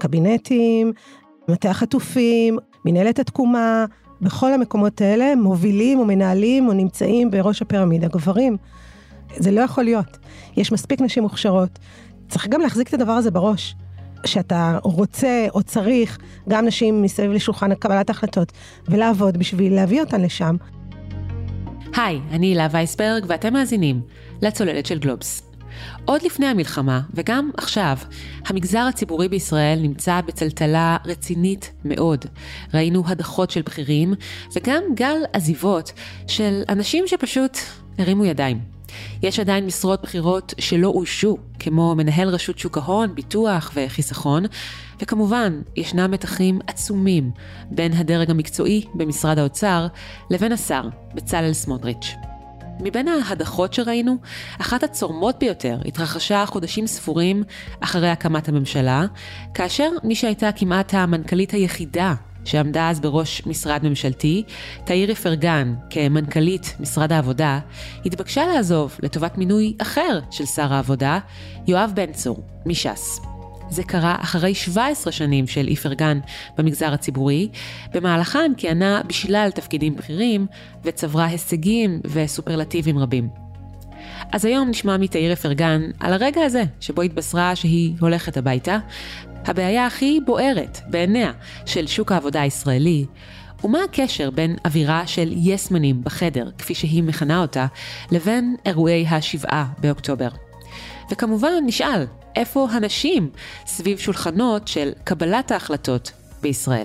קבינטים, מטה החטופים, מנהלת התקומה, בכל המקומות האלה מובילים או מנהלים או נמצאים בראש הפירמידה, גברים. זה לא יכול להיות. יש מספיק נשים מוכשרות. צריך גם להחזיק את הדבר הזה בראש. שאתה רוצה או צריך גם נשים מסביב לשולחן קבלת החלטות, ולעבוד בשביל להביא אותן לשם. היי, אני הילה וייסברג, ואתם מאזינים לצוללת של גלובס. עוד לפני המלחמה, וגם עכשיו, המגזר הציבורי בישראל נמצא בצלטלה רצינית מאוד. ראינו הדחות של בכירים, וגם גל עזיבות של אנשים שפשוט הרימו ידיים. יש עדיין משרות בחירות שלא אוישו, כמו מנהל רשות שוק ההון, ביטוח וחיסכון, וכמובן ישנם מתחים עצומים בין הדרג המקצועי במשרד האוצר לבין השר בצלאל סמוטריץ'. מבין ההדחות שראינו, אחת הצורמות ביותר התרחשה חודשים ספורים אחרי הקמת הממשלה, כאשר מי שהייתה כמעט המנכ"לית היחידה שעמדה אז בראש משרד ממשלתי, תאיר איפרגן, כמנכ"לית משרד העבודה, התבקשה לעזוב לטובת מינוי אחר של שר העבודה, יואב בן צור, מש"ס. זה קרה אחרי 17 שנים של איפרגן במגזר הציבורי, במהלכן כיהנה בשלל תפקידים בכירים וצברה הישגים וסופרלטיבים רבים. אז היום נשמע מתאיר איפרגן על הרגע הזה שבו התבשרה שהיא הולכת הביתה, הבעיה הכי בוערת בעיניה של שוק העבודה הישראלי, ומה הקשר בין אווירה של יסמנים בחדר, כפי שהיא מכנה אותה, לבין אירועי ה7 באוקטובר. וכמובן נשאל, איפה הנשים סביב שולחנות של קבלת ההחלטות בישראל?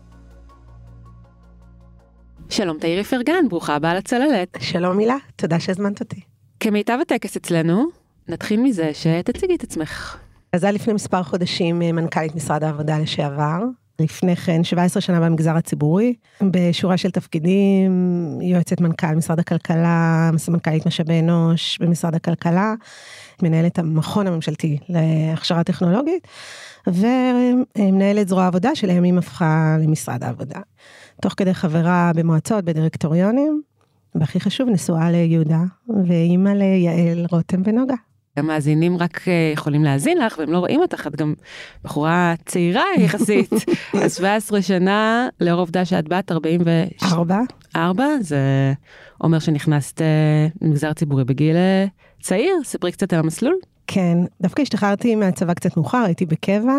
שלום תאיר איפרגן, ברוכה הבאה לצוללת. שלום הילה, תודה שהזמנת אותי. כמיטב הטקס אצלנו, נתחיל מזה שתציגי את עצמך. אז זה לפני מספר חודשים מנכ"לית משרד העבודה לשעבר, לפני כן 17 שנה במגזר הציבורי, בשורה של תפקידים, יועצת מנכ"ל משרד הכלכלה, סמנכ"לית משאבי אנוש במשרד הכלכלה, מנהלת המכון הממשלתי להכשרה טכנולוגית, ומנהלת זרוע העבודה שלימים הפכה למשרד העבודה. תוך כדי חברה במועצות, בדירקטוריונים, והכי חשוב נשואה ליהודה, ואימא ליעל רותם ונוגה. המאזינים רק יכולים להאזין לך, והם לא רואים אותך, את גם בחורה צעירה יחסית. אז 17 שנה, לאור עובדה שאת בת 44, זה אומר שנכנסת למגזר ציבורי בגיל צעיר, ספרי קצת על המסלול. כן, דווקא השתחררתי מהצבא קצת מאוחר, הייתי בקבע,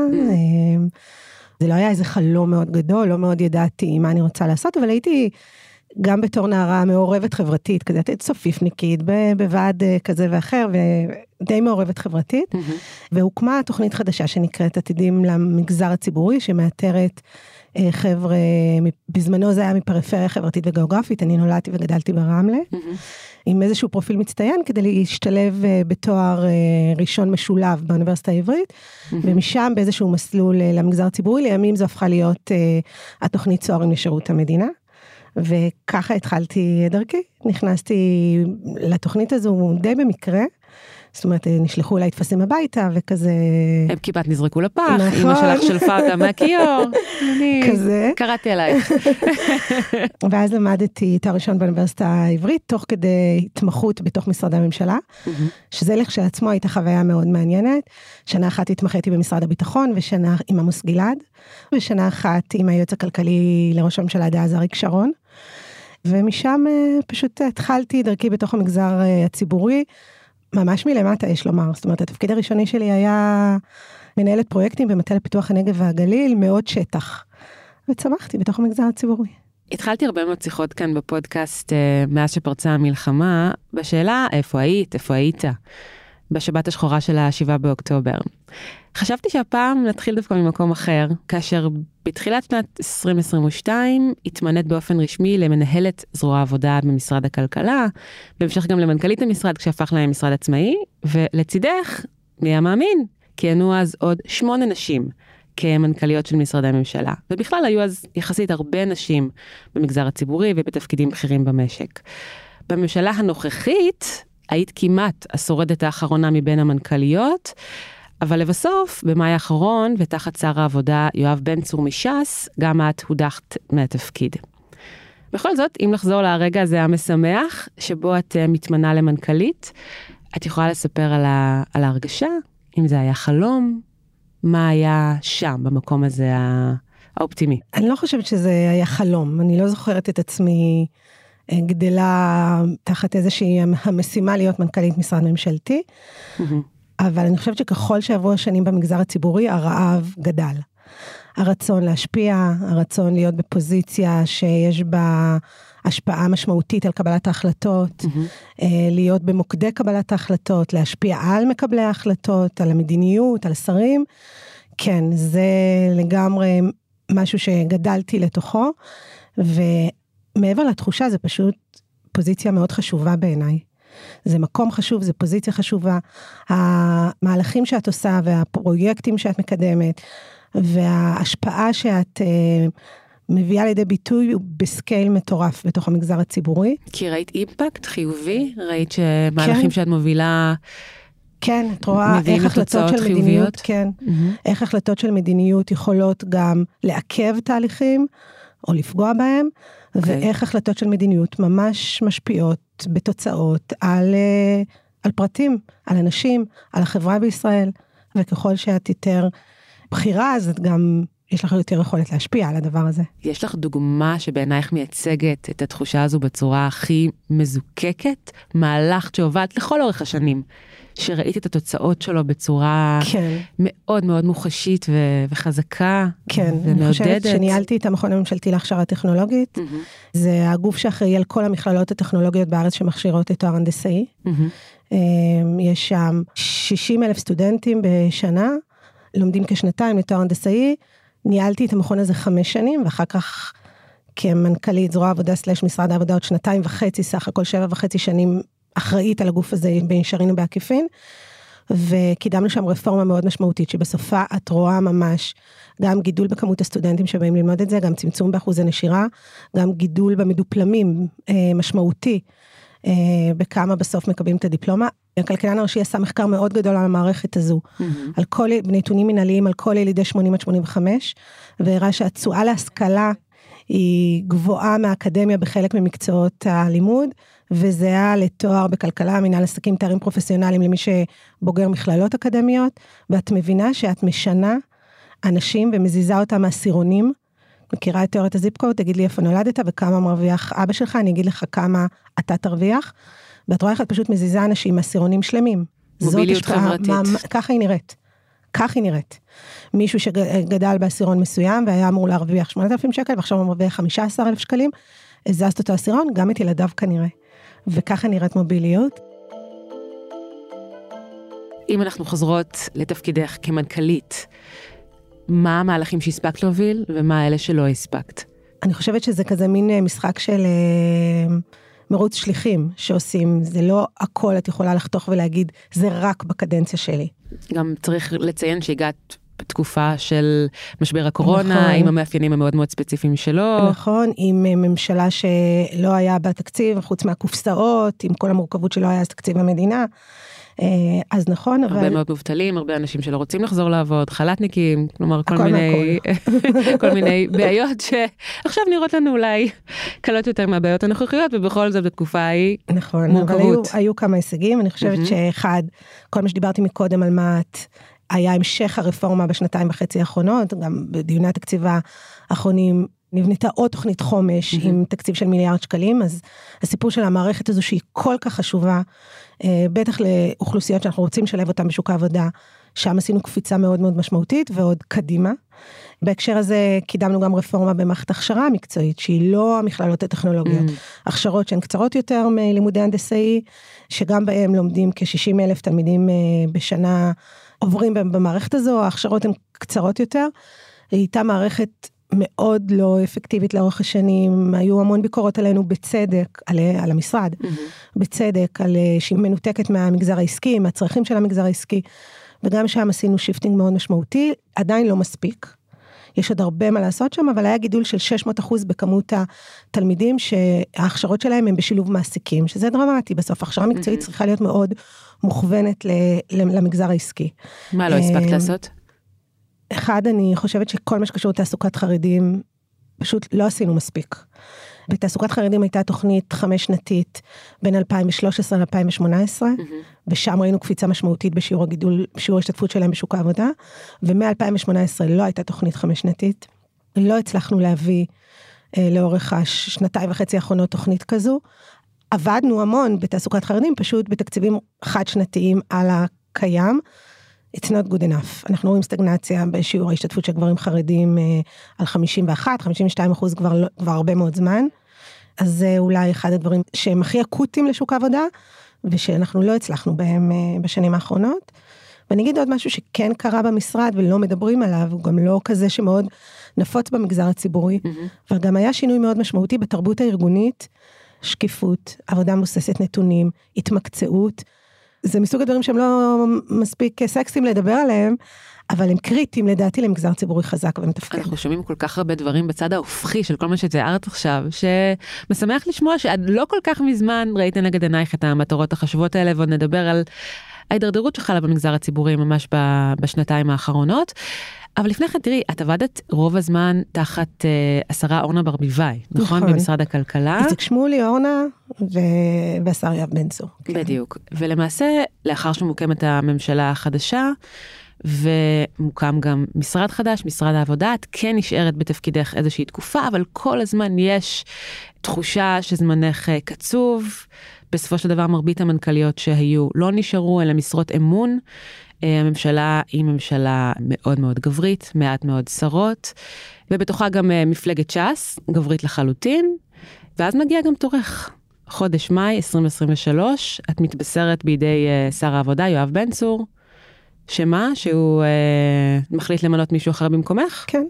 זה לא היה איזה חלום מאוד גדול, לא מאוד ידעתי מה אני רוצה לעשות, אבל הייתי גם בתור נערה מעורבת חברתית, כזה צופיפניקית, בוועד כזה ואחר, ודי מעורבת חברתית, והוקמה תוכנית חדשה שנקראת עתידים למגזר הציבורי, שמאתרת חבר'ה, בזמנו זה היה מפריפריה חברתית וגיאוגרפית, אני נולדתי וגדלתי ברמלה, עם איזשהו פרופיל מצטיין, כדי להשתלב בתואר ראשון משולב באוניברסיטה העברית, ומשם באיזשהו מסלול למגזר הציבורי, לימים זו הפכה להיות התוכנית צוערים לשירות המדינה, וככה התחלתי דרכי, נכנסתי לתוכנית הזו די במקרה, זאת אומרת, נשלחו אליי תפסים הביתה, וכזה... הם כמעט נזרקו לפח, אמא שלך שלפה אותה מהכיור, כזה. קראתי עלייך. ואז למדתי תואר ראשון באוניברסיטה העברית, תוך כדי התמחות בתוך משרדי הממשלה, שזה לכשעצמו הייתה חוויה מאוד מעניינת, שנה אחת התמחיתי במשרד הביטחון, ושנה עם עמוס גלעד, ושנה אחת עם היועץ הכלכלי לראש הממשלה דאז אריק שרון, ומשם פשוט התחלתי דרכי בתוך המגזר הציבורי, ממש מלמטה יש לומר, זאת אומרת, התפקיד הראשוני שלי היה מנהלת פרויקטים במטה לפיתוח הנגב והגליל, מאוד שטח, וצמחתי בתוך המגזר הציבורי. התחלתי הרבה מאוד שיחות כאן בפודקאסט, מאז שפרצה המלחמה, בשאלה איפה היית, איפה היית, בשבת השחורה של ה7 באוקטובר. חשבתי שהפעם נתחיל דווקא ממקום אחר, כאשר בתחילת שנת 2022 התמנית באופן רשמי למנהלת זרוע העבודה במשרד הכלכלה, בהמשך גם למנכ"לית המשרד כשהפך להם משרד עצמאי, ולצידך, מי המאמין, כיהנו אז עוד 8 נשים כמנכ"ליות של משרדי הממשלה, ובכלל היו אז יחסית הרבה נשים במגזר הציבורי ובתפקידים בכירים במשק. בממשלה הנוכחית היית כמעט השורדת האחרונה מבין המנכ"ליות, אבל לבסוף, במאי האחרון, ותחת שר העבודה יואב בן צור מש"ס, גם את הודחת מהתפקיד. בכל זאת, אם לחזור לרגע הזה המשמח, שבו את מתמנה למנכ"לית, את יכולה לספר על ההרגשה, אם זה היה חלום, מה היה שם, במקום הזה האופטימי? אני לא חושבת שזה היה חלום, אני לא זוכרת את עצמי גדלה תחת איזושהי המשימה להיות מנכ"לית משרד ממשלתי, אבל אני חושבת שככל שעברו השנים במגזר הציבורי, הרעב גדל. הרצון להשפיע, הרצון להיות בפוזיציה שיש בה השפעה משמעותית על קבלת ההחלטות, להיות במוקדי קבלת ההחלטות, להשפיע על מקבלי ההחלטות, על המדיניות, על שרים. כן, זה לגמרי משהו שגדלתי לתוכו, ומעבר לתחושה זה פשוט פוזיציה מאוד חשובה בעיניי. זה מקום חשוב, זה פוזיציה חשובה. המהלכים שאת עושה והפרויקטים שאת מקדמת, וההשפעה שאת מביאה לידי ביטוי בסקייל מטורף בתוך המגזר הציבורי. כי ראית אימפקט חיובי? ראית שמהלכים שאת מובילה כן, את רואה איך החלטות של מדיניות, כן, איך החלטות של מדיניות יכולות גם לעכב תהליכים, או לפגוע בהם, ואיך החלטות של מדיניות ממש משפיעות בתוצאות על פרטים, על אנשים, על החברה בישראל, וככל שאת יותר בחירה, אז את גם, יש לך יותר יכולת להשפיע על הדבר הזה. יש לך דוגמה שבעינייך מייצגת את התחושה הזו בצורה הכי מזוקקת, מהלך שהובלת לכל אורך השנים, שראית את התוצאות שלו בצורה מאוד מאוד מוחשית וחזקה ומעודדת. אני חושבת שניהלתי את המכון הממשלתי להכשרה טכנולוגית, זה הגוף שאחראי על כל המכללות הטכנולוגיות בארץ שמכשירות את תואר הנדסאי, יש שם 60,000 סטודנטים בשנה, לומדים כשנתיים לתואר הנדסאי, ניהלתי את המכון הזה 5 שנים, ואחר כך כמנכ"לית זרוע עבודה / משרד העבודה עוד 2.5, סך הכל 7.5 שנים אחראית על הגוף הזה במישרין ובעקיפין, וקידמנו שם רפורמה מאוד משמעותית, שבסופה את רואה ממש גם גידול בכמות הסטודנטים שבאים ללמוד את זה, גם צמצום באחוז הנשירה, גם גידול במדופלמים משמעותי, בכמה בסוף מקבלים את הדיפלומה. הכלכלן הראשי עשה מחקר מאוד גדול על המערכת הזו, על כל נתונים מנהליים, על כל ילידי 80-85, והראה שהתשואה להשכלה היא גבוהה מהאקדמיה בחלק ממקצועות הלימוד, וזה היה לתואר בכלכלה, מנהל עסקים, תארים פרופסיונליים למי שבוגר מכללות אקדמיות, ואת מבינה שאת משנה אנשים ומזיזה אותם מהסירונים, מכירה את תיאוריית הזיפ-קוד, תגיד לי איפה נולדת וכמה מרוויח אבא שלך, אני אגיד לך כמה אתה תרוויח, ואת רואה איך את פשוט מזיזה אנשים מהסירונים שלמים. מוביליות חברתית. ככה היא נראית. כך היא נראית. מישהו שגדל בעשירון מסוים, והיה אמור להרוויח 8,000 שקל, ועכשיו הוא מרוויח 15,000 שקלים, הזזת אותו עשירון, גם את ילדיו כנראה. וככה נראית מוביליות. אם אנחנו חוזרות לתפקידך כמנכ"לית, מה המהלכים שהספקת להוביל, ומה אלה שלא הספקת? אני חושבת שזה כזה מין משחק של מרוץ שליחים שעושים, זה לא הכל את יכולה לחתוך ולהגיד, זה רק בקדנציה שלי. גם צריך לציין שהגעת בתקופה של משבר הקורונה, נכון. עם המאפיינים המאוד מאוד ספציפיים שלו. נכון, עם ממשלה שלא היה בתקציב, חוץ מהקופסאות, עם כל המורכבות שלא היה תקציב המדינה. אז נכון, אבל... הרבה מאוד מובטלים, הרבה אנשים שלא רוצים לחזור לעבוד, חלטניקים, כלומר כל מיני בעיות שעכשיו נראות לנו אולי קלות יותר מהבעיות הנוכחיות, ובכל זאת בתקופה ההיא נכון, מורכבות. אבל היו כמה הישגים, אני חושבת שאחד, כל מה שדיברתי מקודם על מעט, היה המשך הרפורמה בשנתיים וחצי האחרונות, גם בדיוני התקציב האחרונים, נבנתה עוד תוכנית חומש עם תקציב של מיליארד שקלים, אז הסיפור של המערכת הזו שהיא כל כך חשובה, בטח לאוכלוסיות שאנחנו רוצים לשלב אותן בשוק העבודה, שם עשינו קפיצה מאוד מאוד משמעותית, ועוד קדימה. בהקשר הזה קידמנו גם רפורמה במערכת הכשרה מקצועית, שהיא לא המכללות הטכנולוגיות, הכשרות שהן קצרות יותר מלימודי הנדסאי, שגם בהם לומדים כ-60,000 תלמידים בשנה, עוברים במערכת הזו, ההכשרות הן קצרות יותר, היא הייתה מערכת מאוד לא אפקטיבית לאורך השנים, היו המון ביקורות עלינו בצדק, על המשרד, בצדק, על שהיא מנותקת מהמגזר העסקי, מהצרכים של המגזר העסקי, וגם שם עשינו שיפטינג מאוד משמעותי, עדיין לא מספיק, יש עוד הרבה מה לעשות שם, אבל היה גידול של 600% בכמות התלמידים, שההכשרות שלהם הם בשילוב מעסיקים, שזה דרמטי, בסוף הכשרה מקצועית צריכה להיות מאוד מוכוונת למגזר העסקי. מה לא הספקת לעשות? אחד, אני חושבת שכל מה שקשור לתעסוקת חרדים, פשוט לא עשינו מספיק. בתעסוקת חרדים הייתה תוכנית 5-שנתית בין 2013 ל-2018, ושם ראינו קפיצה משמעותית בשיעור הגידול, בשיעור ההשתתפות שלהם בשוק העבודה, ומ-2018 לא הייתה תוכנית 5-שנתית, לא הצלחנו להביא לאורך 2.5 האחרונות תוכנית כזו, עבדנו המון בתעסוקת חרדים, פשוט בתקציבים חד-שנתיים על הקיים, it's not good enough. אנחנו רואים סטגנציה בשיעור ההשתתפות של גברים חרדים על 51-52% כבר הרבה מאוד זמן, אז זה אולי אחד הדברים שהם הכי אקוטיים לשוק העבודה, ושאנחנו לא הצלחנו בהם בשנים האחרונות. ואני אגיד עוד משהו שכן קרה במשרד ולא מדברים עליו, הוא גם לא כזה שמאוד נפוץ במגזר הציבורי, אבל גם היה שינוי מאוד משמעותי בתרבות הארגונית, שקיפות, עבודה מבוססת נתונים, התמקצעות, זה מסוג הדברים שהם לא מספיק סקסיים לדבר עליהם, אבל הם קריטיים לדעתי למגזר ציבורי חזק ומתפקד. אנחנו שומעים כל כך הרבה דברים בצד ההופכי של כל מה שתיארת עכשיו, שמשמח לשמוע שעד לא כל כך מזמן ראית נגד עינייך את המטרות החשובות האלה, ועוד נדבר על ההידרדרות שחלה במגזר הציבורי ממש בשנתיים האחרונות. אבל לפני כן, תראי, את עבדת רוב הזמן תחת השרה אורנה ברביבאי, נכון? במשרד הכלכלה. איציק שמולי, אורנה והשר יואב בן צור. בדיוק. ולמעשה, לאחר שמוקמת הממשלה החדשה, ומוקם גם משרד חדש, משרד העבודה, את כן נשארת בתפקידך איזושהי תקופה, אבל כל הזמן יש תחושה שזמנך קצוב, בסופו של דבר מרבית המנכ"ליות שהיו לא נשארו, אלא משרות אמון, הממשלה היא ממשלה מאוד מאוד גברית, מעט מאוד שרות, ובתוכה גם מפלגת ש"ס, גברית לחלוטין, ואז מגיע גם תורך. חודש מאי 2023, את מתבשרת בידי שר העבודה, יואב בן צור, שמה? שהוא מחליט למנות מישהו אחר במקומך? כן.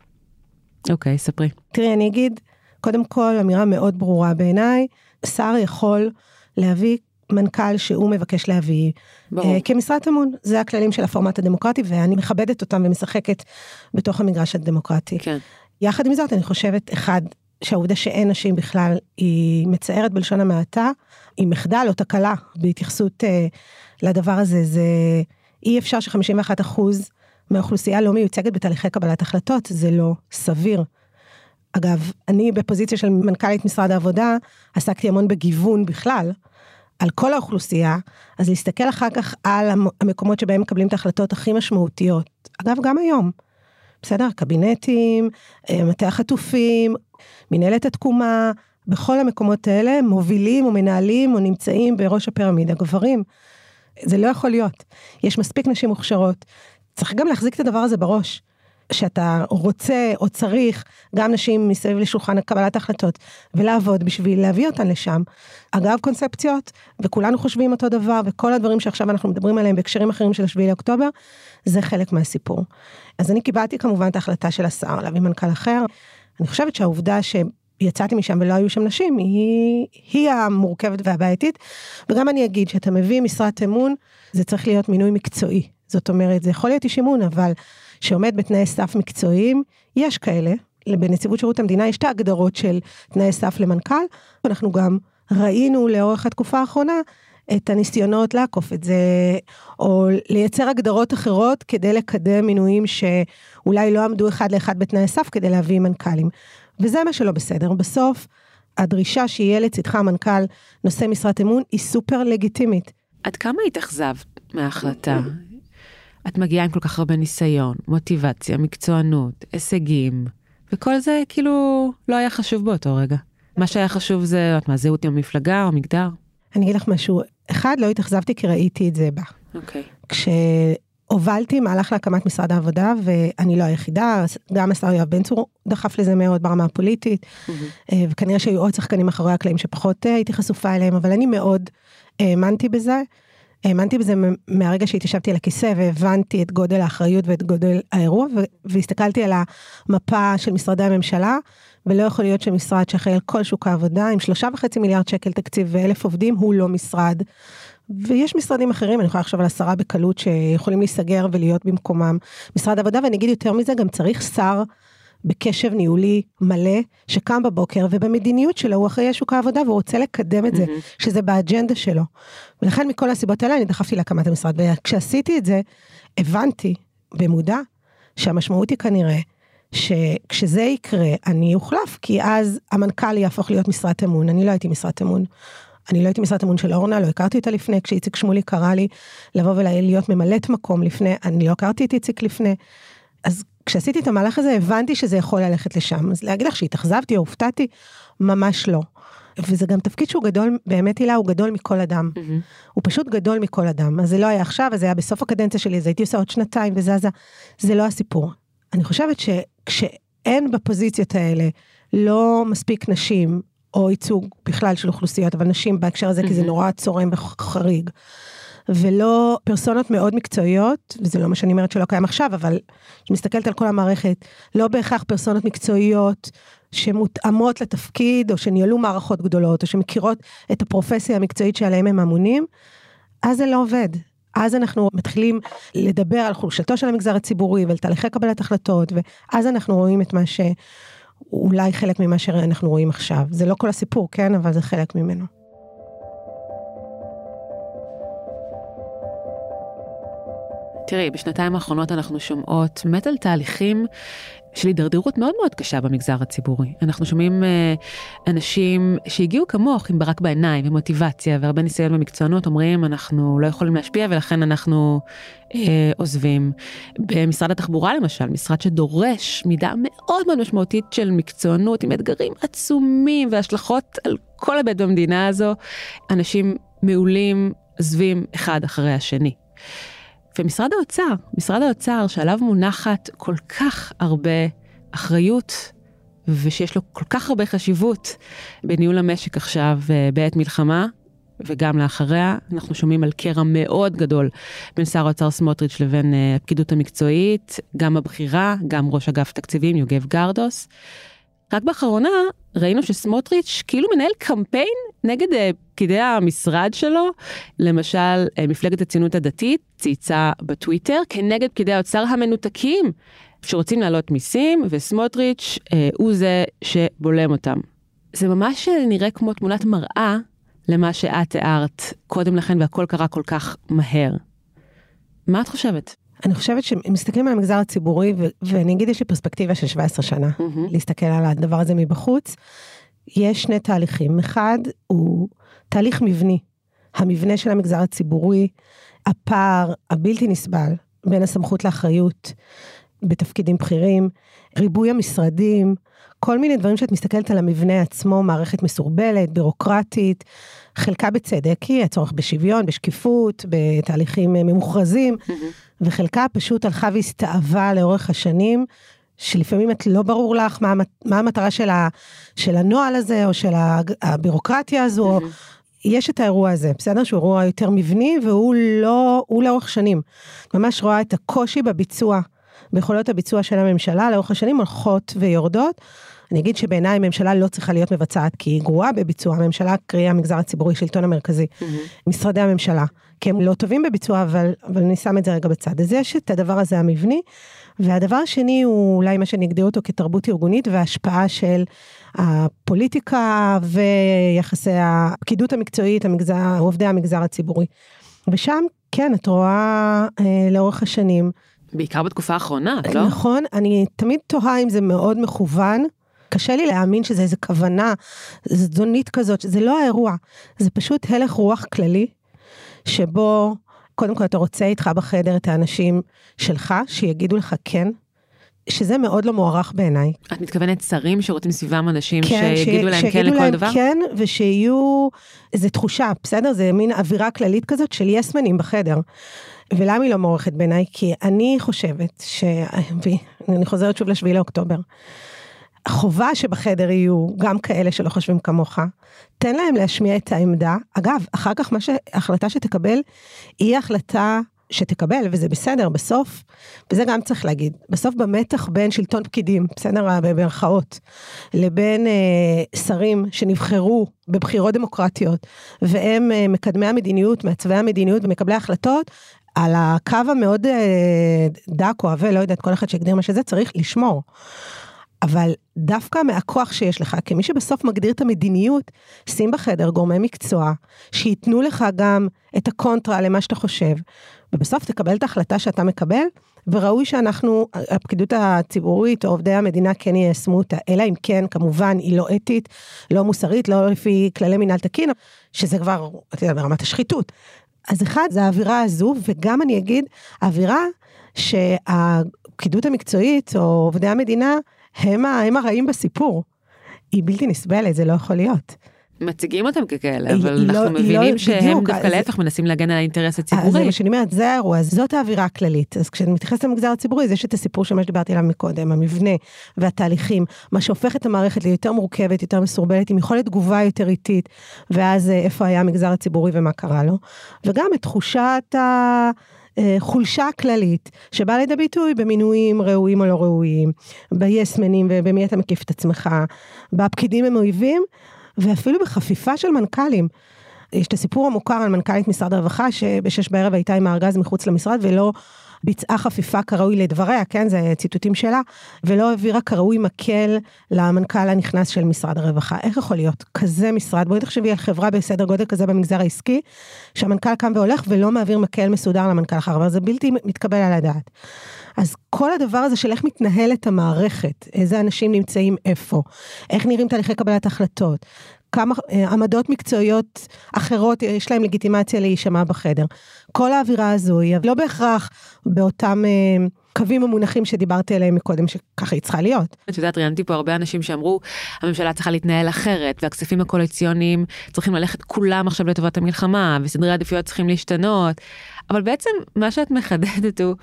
אוקיי, ספרי. תראי, אני אגיד, קודם כל, אמירה מאוד ברורה בעיניי, שר יכול להביא מנכ"ל שהוא מבקש להביא כמשרת אמון. זה הכללים של הפורמט הדמוקרטי, ואני מכבדת אותם ומשחקת בתוך המגרש הדמוקרטי. כן. יחד עם זאת, אני חושבת, אחד, שהעובדה שאין נשים בכלל, היא מצערת בלשון המעטה, היא מחדל או תקלה בהתייחסות לדבר הזה, זה אי אפשר ש51% מהאוכלוסייה לא מיוצגת בתהליכי קבלת החלטות, זה לא סביר. אגב, אני בפוזיציה של מנכ"לית משרד העבודה, עסקתי המון בגיוון בכלל, על כל האוכלוסייה, אז להסתכל אחר כך על המקומות שבהם מקבלים את ההחלטות הכי משמעותיות. אגב, גם היום, בסדר? קבינטים, מטה החטופים, מנהלת התקומה, בכל המקומות האלה מובילים או מנהלים או נמצאים בראש הפירמידה, גברים. זה לא יכול להיות. יש מספיק נשים מוכשרות. צריך גם להחזיק את הדבר הזה בראש. שאתה רוצה או צריך גם נשים מסביב לשולחן קבלת החלטות, ולעבוד בשביל להביא אותן לשם. אגב קונספציות, וכולנו חושבים אותו דבר, וכל הדברים שעכשיו אנחנו מדברים עליהם בהקשרים אחרים של 7 לאוקטובר, זה חלק מהסיפור. אז אני קיבלתי כמובן את ההחלטה של השר, להביא מנכ"ל אחר. אני חושבת שהעובדה שיצאתי משם ולא היו שם נשים, היא המורכבת והבעייתית, וגם אני אגיד שאתה מביא משרת אמון, זה צריך להיות מינוי מקצועי. זאת אומרת, זה יכול להיות איש אמון, אבל שעומד בתנאי סף מקצועיים, יש כאלה, בנציבות שירות המדינה יש את ההגדרות של תנאי סף למנכ"ל, ואנחנו גם ראינו לאורך התקופה האחרונה, את הניסיונות לעקוף את זה, או לייצר הגדרות אחרות, כדי לקדם מינויים שאולי לא עמדו אחד לאחד בתנאי סף, כדי להביא מנכ"לים. וזה מה שלא בסדר. בסוף, הדרישה שיהיה לצדך המנכ"ל נושא משרת אמון, היא סופר לגיטימית. עד כמה התאכזבת מההחלטה? את מגיעה עם כל כך הרבה ניסיון, מוטיבציה, מקצוענות, הישגים, וכל זה כאילו לא היה חשוב באותו רגע. מה שהיה חשוב זה, מה, זהות עם המפלגה או מגדר? אני אגיד לך משהו, אחד, לא התאכזבתי כי ראיתי את זה בה. אוקיי. כשהובלתי מהלך להקמת משרד העבודה, ואני לא היחידה, גם השר יואב בן צור דחף לזה מאוד ברמה הפוליטית, וכנראה שהיו עוד שחקנים אחרי הקלעים שפחות הייתי חשופה אליהם, אבל אני מאוד האמנתי בזה, האמנתי בזה מהרגע שהתיישבתי על הכיסא, והבנתי את גודל האחריות ואת גודל האירוע, והסתכלתי על המפה של משרדי הממשלה, ולא יכול להיות שמשרד שאחראי על כל שוק העבודה, עם 3.5 מיליארד שקל תקציב ו1,000 עובדים, הוא לא משרד. ויש משרדים אחרים, אני יכולה לחשוב על 10 בקלות, שיכולים להיסגר ולהיות במקומם משרד עבודה, ואני אגיד יותר מזה, גם צריך שר בקשב ניהולי מלא, שקם בבוקר, ובמדיניות שלו הוא אחראי שוק העבודה, והוא רוצה לקדם את זה, שזה באג'נדה שלו. ולכן מכל הסיבות האלה, אני דחפתי להקמת המשרד, וכשעשיתי את זה, הבנתי במודע, שהמשמעות היא כנראה, שכשזה יקרה, אני אוחלף, כי אז המנכ"ל יהפוך להיות משרת אמון, אני לא הייתי משרת אמון. אני לא הייתי משרת אמון של אורנה, לא הכרתי אותה לפני, כשאיציק שמולי קרא לי לבוא ולהיות ממלאת מקום לפני, אני לא הכרתי את איציק לפני, אז כשעשיתי את המהלך הזה, הבנתי שזה יכול ללכת לשם, אז להגיד לך שהתאכזבתי או הופתעתי, ממש לא. וזה גם תפקיד שהוא גדול, באמת הילה, הוא גדול מכל אדם. הוא פשוט גדול מכל אדם. אז זה לא היה עכשיו, אז זה היה בסוף הקדנציה שלי, אז הייתי עושה עוד 2 וזזה, זה לא הסיפור. אני חושבת שכשאין בפוזיציות האלה, לא מספיק נשים, או ייצוג בכלל של אוכלוסיות, אבל נשים בהקשר הזה, כי זה נורא צורם וחריג, ולא פרסונות מאוד מקצועיות, וזה לא מה שאני אומרת שלא קיים עכשיו, אבל שמסתכלת על כל המערכת, לא בהכרח פרסונות מקצועיות, שמותאמות לתפקיד, או שניהלו מערכות גדולות, או שמכירות את הפרופסיה המקצועית שעליהם הם אמונים, אז זה לא עובד. אז אנחנו מתחילים לדבר על חולשתו של המגזר הציבורי, ועל תהליכי קבלת החלטות, ואז אנחנו רואים את מה אולי חלק ממה שאנחנו רואים עכשיו. זה לא כל הסיפור, כן? אבל זה חלק ממנו. תראי, בשנתיים האחרונות אנחנו שומעות באמת על תהליכים של הידרדרות מאוד מאוד קשה במגזר הציבורי. אנחנו שומעים אנשים שהגיעו כמוך עם ברק בעיניים ומוטיבציה והרבה ניסיון במקצוענות, אומרים אנחנו לא יכולים להשפיע ולכן אנחנו עוזבים. במשרד התחבורה למשל, משרד שדורש מידה מאוד מאוד משמעותית של מקצוענות עם אתגרים עצומים והשלכות על כל הבית במדינה הזו, אנשים מעולים עזבים אחד אחרי השני. ומשרד האוצר שעליו מונחת כל כך הרבה אחריות, ושיש לו כל כך הרבה חשיבות בניהול המשק עכשיו בעת מלחמה, וגם לאחריה, אנחנו שומעים על קרע מאוד גדול בין שר האוצר סמוטריץ' לבין הפקידות המקצועית, גם הבחירה, גם ראש אגף תקציבים יוגב גרדוס. רק באחרונה ראינו שסמוטריץ' כאילו מנהל קמפיין נגד פקידי המשרד שלו, למשל מפלגת הציונות הדתית צייצה בטוויטר כנגד פקידי האוצר המנותקים שרוצים להעלות מיסים, וסמוטריץ' הוא זה שבולם אותם. זה ממש נראה כמו תמונת מראה למה שאת תיארת קודם לכן, והכל קרה כל כך מהר. מה את חושבת? אני חושבת שמסתכלים על המגזר הציבורי, ואני אגיד יש לי פרספקטיבה של 17 שנה, להסתכל על הדבר הזה מבחוץ, יש 2 תהליכים. אחד הוא תהליך מבני, המבנה של המגזר הציבורי, הפער הבלתי נסבל בין הסמכות לאחריות בתפקידים בכירים, ריבוי המשרדים, כל מיני דברים שאת מסתכלת על המבנה עצמו, מערכת מסורבלת, בירוקרטית, חלקה בצדק, כי הצורך בשוויון, בשקיפות, בתהליכים ממוכרזים, וחלקה פשוט הלכה והסתאבה לאורך השנים, שלפעמים את לא ברור לך מה המטרה של הנוהל הזה, או של הבירוקרטיה הזו, יש את האירוע הזה, בסדר? שהוא אירוע יותר מבני, והוא לא, הוא לאורך שנים. ממש רואה את הקושי בביצוע, ביכולות הביצוע של הממשלה, לאורך השנים הולכות ויורדות. אני אגיד שבעיניי הממשלה לא צריכה להיות מבצעת, כי היא גרועה בביצוע, הממשלה קריאה המגזר הציבורי, שלטון המרכזי, משרדי הממשלה, כי הם לא טובים בביצוע, אבל אני שם את זה רגע בצד. אז יש את הדבר הזה המבני, והדבר השני הוא אולי מה שנגדיר אותו כתרבות ארגונית, וההשפעה של הפוליטיקה ויחסי הפקידות המקצועית, עובדי המגזר הציבורי. ושם, כן, את רואה לאורך השנים. בעיקר בתקופה האחרונה, לא? נכון, אני תמיד תוהה אם זה מאוד מכוון, קשה לי להאמין שזה איזו כוונה זדונית כזאת, זה לא האירוע, זה פשוט הלך רוח כללי, שבו קודם כל אתה רוצה איתך בחדר את האנשים שלך, שיגידו לך כן, שזה מאוד לא מוערך בעיניי. את מתכוונת שרים שרוצים סביבם אנשים שיגידו להם כן לכל דבר? כן, ושיהיו, איזו תחושה, בסדר? זה מין אווירה כללית כזאת של יסמנים בחדר. ולמה היא לא מוערכת בעיניי? כי אני חושבת אני חוזרת שוב ל7 לאוקטובר, החובה שבחדר יהיו גם כאלה שלא חושבים כמוך, תן להם להשמיע את העמדה, אגב, אחר כך ההחלטה שתקבל, היא החלטה שתקבל, וזה בסדר, בסוף, וזה גם צריך להגיד, בסוף במתח בין שלטון פקידים, בסדר, במרכאות, לבין שרים שנבחרו בבחירות דמוקרטיות, והם מקדמי המדיניות, מעצבי המדיניות ומקבלי ההחלטות, על הקו המאוד דק או עבה, לא יודעת, כל אחד שיגדיר מה שזה, צריך לשמור. אבל דווקא מהכוח שיש לך, כמי שבסוף מגדיר את המדיניות, שים בחדר גורמי מקצוע, שיתנו לך גם את הקונטרה למה שאתה חושב, ובסוף תקבל את ההחלטה שאתה מקבל, וראוי שאנחנו, הפקידות הציבורית או עובדי המדינה כן יישמו אותה, אלא אם כן, כמובן, היא לא אתית, לא מוסרית, לא לפי כללי מנהל תקין, שזה כבר, אתה יודע, ברמת השחיתות. אז אחד, זה האווירה הזו, וגם אני אגיד, האווירה שהפקידות המקצועית או עובדי המדינה, הם הרעים בסיפור. היא בלתי נסבלת, זה לא יכול להיות. מציגים אותם ככאלה, אבל אנחנו מבינים שהם דווקא להפך מנסים להגן על האינטרס הציבורי. זה מה שאני אומרת, זה האירוע, זאת האווירה הכללית. אז כשאני מתייחסת למגזר הציבורי, יש את הסיפור שמה שדיברתי עליו מקודם, המבנה והתהליכים, מה שהופך את המערכת ליותר מורכבת, יותר מסורבלת, עם יכולת תגובה יותר איטית, ואז איפה היה המגזר הציבורי ומה קרה לו. וגם את תחושת חולשה הכללית, שבאה לידי ביטוי במינויים ראויים או לא ראויים, ביסמנים ובמי אתה מקיף את עצמך, בפקידים הם אויבים, ואפילו בחפיפה של מנכ"לים. יש את הסיפור המוכר על מנכ"לית משרד הרווחה, שבשש בערב הייתה עם הארגז מחוץ למשרד, ולא ביצעה חפיפה כראוי לדבריה, כן, זה ציטוטים שלה, ולא העבירה כראוי מקל למנכ"ל הנכנס של משרד הרווחה. איך יכול להיות כזה משרד? בואי תחשבי על חברה בסדר גודל כזה במגזר העסקי, שהמנכ"ל קם והולך ולא מעביר מקל מסודר למנכ"ל אחר, אבל זה בלתי מתקבל על הדעת. אז כל הדבר הזה של איך מתנהלת המערכת, איזה אנשים נמצאים איפה, איך נראים תהליכי קבלת החלטות, כמה עמדות מקצועיות אחרות יש להם לגיטימציה להישמע בחדר. כל האווירה הזו היא לא בהכרח באותם קווים המונחים שדיברתי עליהם מקודם, שככה היא צריכה להיות. את יודעת, ראיינתי פה הרבה אנשים שאמרו, הממשלה צריכה להתנהל אחרת, והכספים הקואליציוניים צריכים ללכת כולם עכשיו לטובת המלחמה, וסדרי העדיפויות צריכים להשתנות, אבל בעצם מה שאת מחדדת הוא,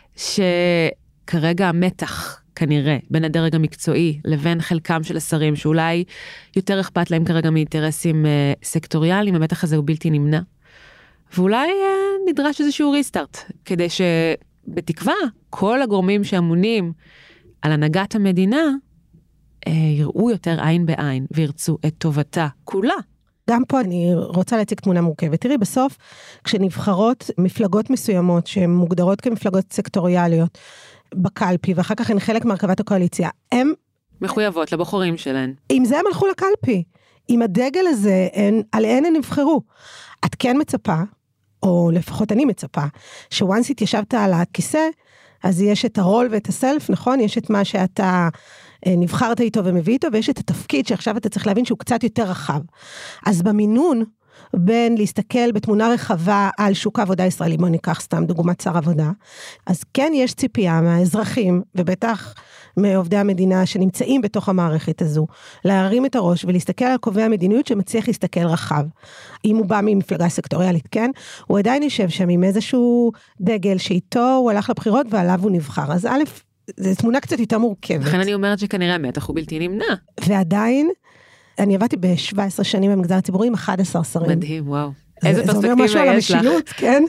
שכרגע המתח כנראה בין הדרג המקצועי לבין חלקם של השרים, שאולי יותר אכפת להם כרגע מאינטרסים סקטוריאליים, המתח הזה הוא בלתי נמנע. ואולי נדרש איזשהו ריסטארט, כדי שבתקווה כל הגורמים שאמונים על הנהגת המדינה, יראו יותר עין בעין וירצו את טובתה כולה. גם פה אני רוצה להציג תמונה מורכבת. תראי, בסוף, כשנבחרות מפלגות מסוימות, שהן מוגדרות כמפלגות סקטוריאליות, בקלפי, ואחר כך הן חלק מהרכבת הקואליציה, הן מחויבות לבוחרים שלהן. עם זה הם הלכו לקלפי. עם הדגל הזה, עליהן הן נבחרו. את כן מצפה, או לפחות אני מצפה, שוואנס התיישבת על הכיסא, אז יש את הרול ואת הסלף, נכון? יש את מה שאתה נבחרת איתו ומביא איתו, ויש את התפקיד שעכשיו אתה צריך להבין שהוא קצת יותר רחב. אז במינון, בין להסתכל בתמונה רחבה על שוק העבודה הישראלי, בוא ניקח סתם דוגמת שר עבודה, אז כן יש ציפייה מהאזרחים, ובטח מעובדי המדינה שנמצאים בתוך המערכת הזו, להרים את הראש ולהסתכל על קובעי המדיניות שמצליח להסתכל רחב. אם הוא בא ממפלגה סקטוריאלית, כן? הוא עדיין יושב שם עם איזשהו דגל שאיתו הוא הלך לבחירות ועליו הוא נבחר. אז א', זו תמונה קצת יותר מורכבת. לכן אני אומרת שכנראה המתח הוא בלתי נמנע. ועדיין, אני עבדתי ב-17 שנים במגזר הציבורי עם 11 שרים. מדהים, וואו. איזה פרספקטיבה יש לך. זה אומר משהו על המשילות, כן?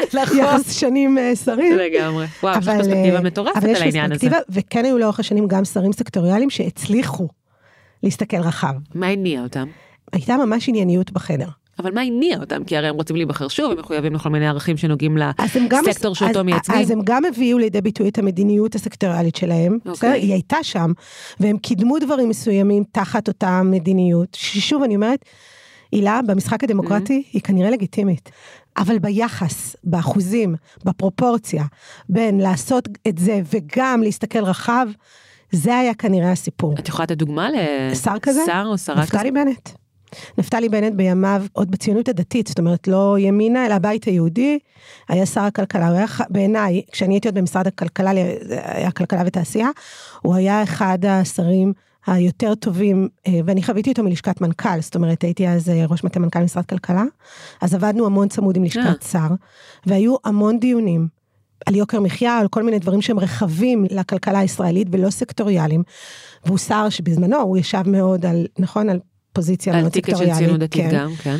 יחס שנים שרים. לגמרי. וואו, יש פרספקטיבה מטורפת על העניין הזה. וכן היו לאורך השנים גם שרים סקטוריאליים שהצליחו להסתכל רחב. מה הניע אותם? הייתה ממש ענייניות בחדר. אבל מה הניע אותם? כי הרי הם רוצים להיבחר שוב, הם מחויבים לכל מיני ערכים שנוגעים לסקטור שאותו מייצגים. אז הם גם הביאו לידי ביטוי את המדיניות הסקטוריאלית שלהם, היא הייתה שם, והם קידמו דברים מסוימים תחת אותה מדיניות, ששוב אני אומרת, הילה, במשחק הדמוקרטי היא כנראה לגיטימית, אבל ביחס, באחוזים, בפרופורציה, בין לעשות את זה וגם להסתכל רחב, זה היה כנראה הסיפור. את יכולה לתת דוגמה לשר כזה? שר או שרה כזה? נפתלי בנט. נפתלי בנט בימיו, עוד בציונות הדתית, זאת אומרת, לא ימינה, אלא הבית היהודי, היה שר הכלכלה, הוא היה, בעיניי, כשאני הייתי עוד במשרד הכלכלה, היה כלכלה ותעשייה, הוא היה אחד השרים היותר טובים, ואני חוויתי אותו מלשכת מנכ"ל, זאת אומרת, הייתי אז ראש מטה מנכ"ל משרד כלכלה, אז עבדנו המון צמוד עם לשכת שר, והיו המון דיונים, על יוקר מחיה, על כל מיני דברים שהם רחבים לכלכלה הישראלית, ולא סקטוריאליים, והוא שר שבזמנו, הוא ישב מאוד על, נכון, על פוזיציה מאוד סקטוריאלית. על טיקט של ציונות דתית גם, כן.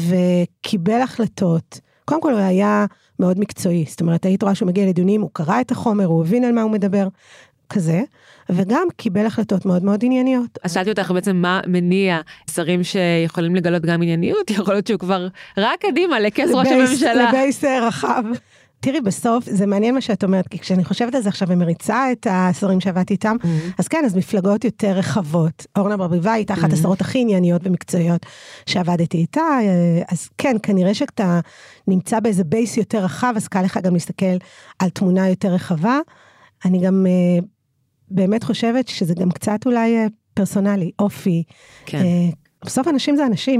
וקיבל החלטות, קודם כל הוא היה מאוד מקצועי, זאת אומרת, היית רואה שהוא מגיע לדיונים, הוא קרא את החומר, הוא הבין על מה הוא מדבר, כזה, וגם קיבל החלטות מאוד מאוד ענייניות. אז שאלתי אותך בעצם מה מניע שרים שיכולים לגלות גם ענייניות, יכול להיות שהוא כבר רק קדימה לכס ראש הממשלה. לבייס רחב. תראי, בסוף, זה מעניין מה שאת אומרת, כי כשאני חושבת על זה עכשיו ומריצה את השרים שעבדתי איתם, אז כן, אז מפלגות יותר רחבות. אורנה ברביבאי הייתה אחת השרות הכי ענייניות ומקצועיות שעבדתי איתה, אז כן, כנראה שאתה נמצא באיזה בייס יותר רחב, אז קל לך גם להסתכל על תמונה יותר רחבה. אני גם באמת חושבת שזה גם קצת אולי פרסונלי, אופי. כן. בסוף אנשים זה אנשים.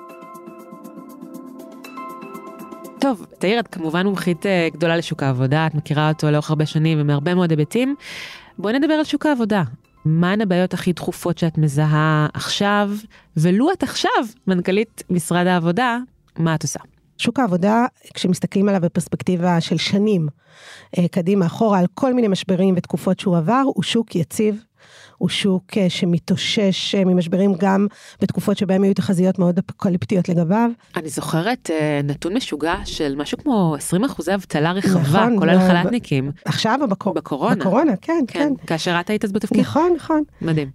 טוב, תאיר, את כמובן מומחית גדולה לשוק העבודה, את מכירה אותו לאורך הרבה שנים ומהרבה מאוד היבטים. בואי נדבר על שוק העבודה. מהן הבעיות הכי דחופות שאת מזהה עכשיו, ולו את עכשיו, מנכ"לית משרד העבודה, מה את עושה? שוק העבודה, כשמסתכלים עליו בפרספקטיבה של שנים, קדימה אחורה על כל מיני משברים ותקופות שהוא עבר, הוא שוק יציב, הוא שוק שמתאושש ממשברים גם בתקופות שבהם היו תחזיות מאוד אפוקליפטיות לגביו. אני זוכרת נתון משוגע של משהו כמו 20% אבטלה רחבה, כולל חל"תניקים. עכשיו או בקורונה? בקורונה, כן, כן. כאשר את היית אז בתפקיד? נכון, נכון. מדהים.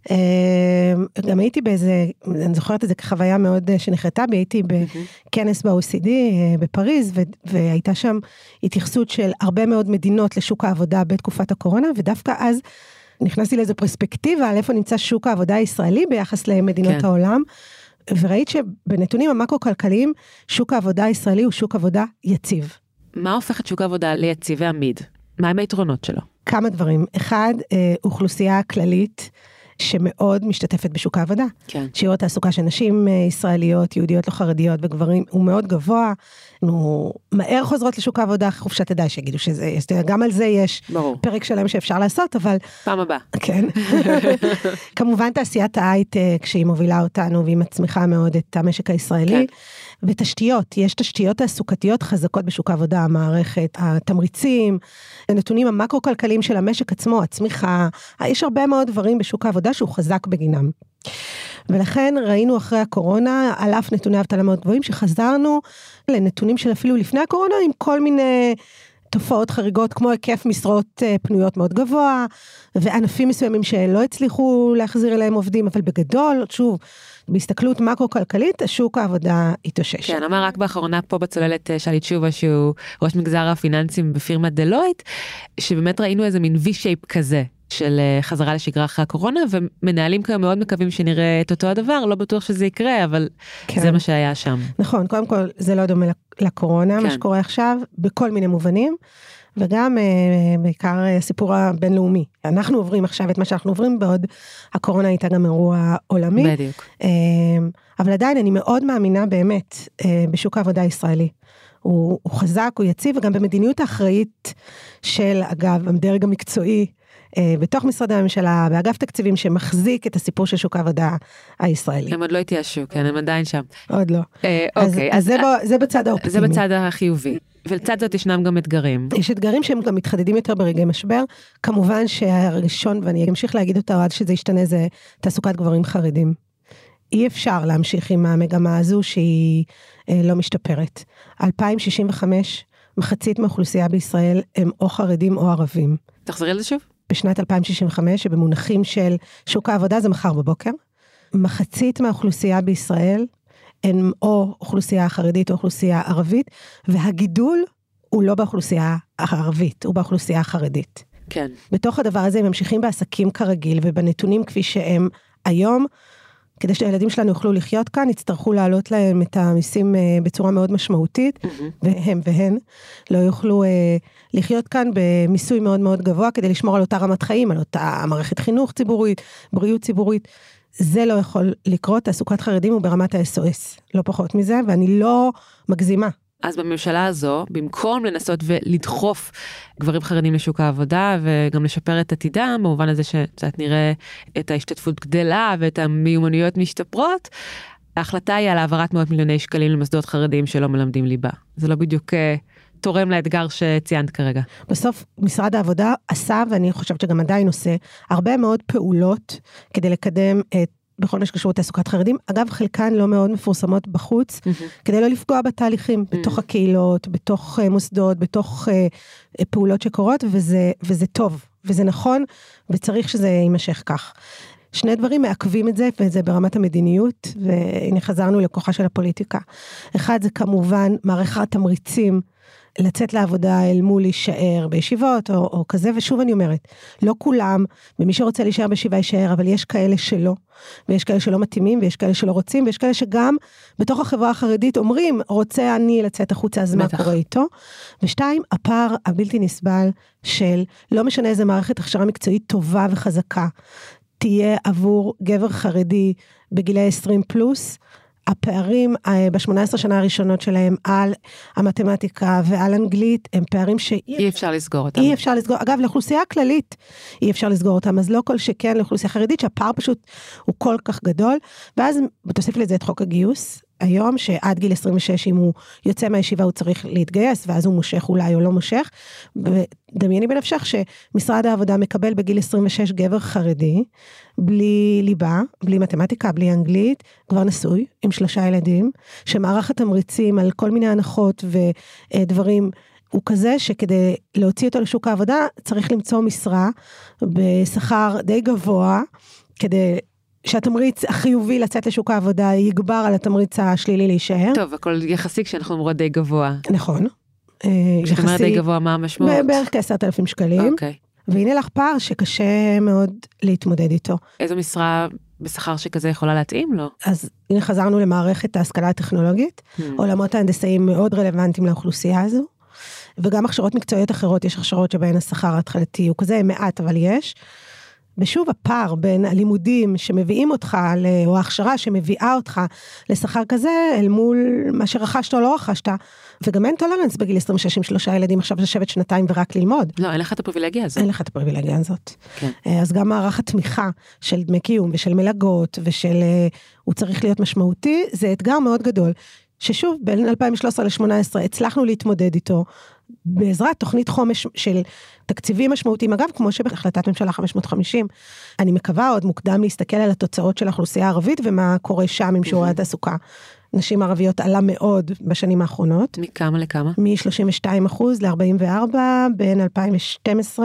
גם הייתי באיזה, אני זוכרת את זה כחוויה מאוד שנחרתה בי, הייתי בכנס ב-OECD בפריז, והייתה שם התייחסות של הרבה מאוד מדינות לשוק העבודה בתקופת הקורונה, ודווקא אז נכנסתי לאיזו פרספקטיבה על איפה נמצא שוק העבודה הישראלי ביחס למדינות העולם, וראית שבנתונים המקרו-כלכליים, שוק העבודה הישראלי הוא שוק עבודה יציב. מה הופך את שוק העבודה ליציב ועמיד? מה הם היתרונות שלו? כמה דברים. אחד, אוכלוסייה כללית, שמאוד משתתפת בשוק העבודה. כן. שיעור התעסוקה של נשים ישראליות, יהודיות לא חרדיות וגברים, הוא מאוד גבוה. אנחנו מהר חוזרות לשוק העבודה, חופשת הדי שיגידו שזה, גם על זה יש פרק שלם שאפשר לעשות, אבל... פעם הבאה. כן. כמובן תעשיית ההייטק, שהיא מובילה אותנו, והיא מצמיחה מאוד את המשק הישראלי. כן. ותשתיות, יש תשתיות תעסוקתיות חזקות בשוק העבודה, המערכת, התמריצים, הנתונים המקרו-כלכליים של המשק עצמו, הצמיחה, יש הרבה מאוד דברים בשוק העבודה שהוא חזק בגינם. ולכן ראינו אחרי הקורונה, על אף נתוני אבטלה מאוד גבוהים, שחזרנו לנתונים של אפילו לפני הקורונה, עם כל מיני תופעות חריגות, כמו היקף משרות פנויות מאוד גבוה, וענפים מסוימים שלא הצליחו להחזיר אליהם עובדים, אבל בגדול, שוב, בהסתכלות מקרו-כלכלית, השוק העבודה התאושש. כן, אמר רק באחרונה פה בצוללת שלי תשובה, שהוא ראש מגזר הפיננסים בפירמת דלויט, שבאמת ראינו איזה מין V-shape כזה, של חזרה לשגרה אחרי הקורונה, ומנהלים כיום מאוד מקווים שנראה את אותו הדבר, לא בטוח שזה יקרה, אבל כן. זה מה שהיה שם. נכון, קודם כל זה לא דומה לקורונה, כן. מה שקורה עכשיו, בכל מיני מובנים, וגם בעיקר הסיפור הבינלאומי. אנחנו עוברים עכשיו את מה שאנחנו עוברים, בעוד הקורונה הייתה גם אירוע עולמי. בדיוק. אבל עדיין אני מאוד מאמינה באמת בשוק העבודה הישראלי. הוא חזק, הוא יציב, וגם במדיניות האחראית של, אגב, הדרג המקצועי, בתוך משרדי הממשלה, באגף תקציבים שמחזיק את הסיפור של שוק העבודה הישראלי. הם עוד לא התייאשו, כן, הם עדיין שם. עוד לא. אוקיי. אז זה בצד האופטימי. זה בצד החיובי. ולצד זאת ישנם גם אתגרים. יש אתגרים שהם גם מתחדדים יותר ברגעי משבר. כמובן שהראשון, ואני אמשיך להגיד אותה עד שזה ישתנה, זה תעסוקת גברים חרדים. אי אפשר להמשיך עם המגמה הזו שהיא לא משתפרת. 2065, מחצית מהאוכלוסייה בישראל הם או חרדים או ערבים. תחזרי על זה שוב? בשנת 2065, שבמונחים של שוק העבודה זה מחר בבוקר. מחצית מהאוכלוסייה בישראל הם או אוכלוסייה חרדית או אוכלוסייה ערבית, והגידול הוא לא באוכלוסייה הערבית, הוא באוכלוסייה החרדית. כן. בתוך הדבר הזה הם ממשיכים בעסקים כרגיל, ובנתונים כפי שהם היום, כדי שהילדים שלנו יוכלו לחיות כאן, יצטרכו להעלות להם את המיסים בצורה מאוד משמעותית, והם והן לא יוכלו לחיות כאן במיסוי מאוד מאוד גבוה, כדי לשמור על אותה רמת חיים, על אותה מערכת חינוך ציבורית, בריאות ציבורית. זה לא יכול לקרות, תעסוקת חרדים הוא ברמת ה-SOS, לא פחות מזה, ואני לא מגזימה. אז בממשלה הזו, במקום לנסות ולדחוף גברים חרדים לשוק העבודה, וגם לשפר את עתידם, במובן הזה שאת נראה את ההשתתפות גדלה, ואת המיומנויות משתפרות, ההחלטה היא על העברת מאות מיליוני שקלים למוסדות חרדים שלא מלמדים ליבה. זה לא בדיוק תורם לאתגר שציינת כרגע. בסוף משרד העבודה עשה, ואני חושבת שגם עדיין עושה, הרבה מאוד פעולות כדי לקדם את בכל מה שקשור לתעסוקת חרדים, אגב חלקן לא מאוד מפורסמות בחוץ, כדי לא לפגוע בתהליכים, בתוך הקהילות, בתוך מוסדות, בתוך פעולות שקורות, וזה טוב, וזה נכון, וצריך שזה יימשך כך. שני דברים מעכבים את זה, וזה ברמת המדיניות, והנה חזרנו לכוחה של הפוליטיקה. אחד זה כמובן מערכת תמריצים לצאת לעבודה אל מול להישאר בישיבות או כזה, ושוב אני אומרת, לא כולם, ומי שרוצה להישאר בישיבה יישאר, אבל יש כאלה שלא, ויש כאלה שלא מתאימים, ויש כאלה שלא רוצים, ויש כאלה שגם בתוך החברה החרדית אומרים, רוצה אני לצאת החוצה, אז מה קורה איתו? ושתיים, הפער הבלתי נסבל של, לא משנה איזה מערכת הכשרה מקצועית טובה וחזקה, תהיה עבור גבר חרדי בגילי 20 פלוס, הפערים ב-18 שנה הראשונות שלהם על המתמטיקה ועל אנגלית, הם פערים אי אפשר לסגור אותם. אי אפשר לסגור, אגב, לאוכלוסייה הכללית אי אפשר לסגור אותם, אז לא כל שכן לאוכלוסייה חרדית, שהפער פשוט הוא כל כך גדול, ואז תוסיף לזה את חוק הגיוס, היום שעד גיל 26, אם הוא יוצא מהישיבה, הוא צריך להתגייס, ואז הוא מושך אולי או לא מושך, ודמייני בנפשך שמשרד העבודה מקבל בגיל 26 גבר חרדי, בלי ליבה, בלי מתמטיקה, בלי אנגלית, כבר נשוי, עם 3 ילדים, שמערך התמריצים על כל מיני הנחות ודברים, הוא כזה שכדי להוציא אותו לשוק העבודה, צריך למצוא משרה בשכר די גבוה, כדי שהתמריץ החיובי לצאת לשוק העבודה יגבר על התמריץ השלילי להישאר. טוב, הכל יחסי כשאנחנו אומרות די גבוה. נכון. כשאת אומרת די גבוה, מה המשמעות? בערך כ10,000 שקלים. אוקיי. והנה לך פער שקשה מאוד להתמודד איתו. איזו משרה בשכר שכזה יכולה להתאים לו? אז הנה חזרנו למערכת ההשכלה הטכנולוגית, עולמות ההנדסאים מאוד רלוונטיים לאוכלוסייה הזו, וגם הכשרות מקצועיות אחרות, יש הכשרות שבהן השכר ההתחלתי הוא כזה מעט, אבל יש. ושוב הפער בין הלימודים שמביאים אותך, או ההכשרה שמביאה אותך לשכר כזה, אל מול מה שרכשת או לא רכשת, וגם אין טולרנס בגיל 26 עם 3 ילדים, עכשיו לשבת 2 ורק ללמוד. לא, אין לך את הפריבילגיה הזאת. אין לך את הפריבילגיה הזאת. כן. אז גם מערך התמיכה של דמי קיום ושל מלגות, ושל הוא צריך להיות משמעותי, זה אתגר מאוד גדול, ששוב בין 2013 ל-2018 הצלחנו להתמודד איתו, בעזרת תוכנית חומש של תקציבים משמעותיים, אגב, כמו שבהחלטת ממשלה 550, אני מקווה עוד מוקדם להסתכל על התוצאות של האוכלוסייה הערבית, ומה קורה שם עם שיעורי התעסוקה. נשים ערביות עלה מאוד בשנים האחרונות. מכמה לכמה? מ-32% ל-44%, בין 2012,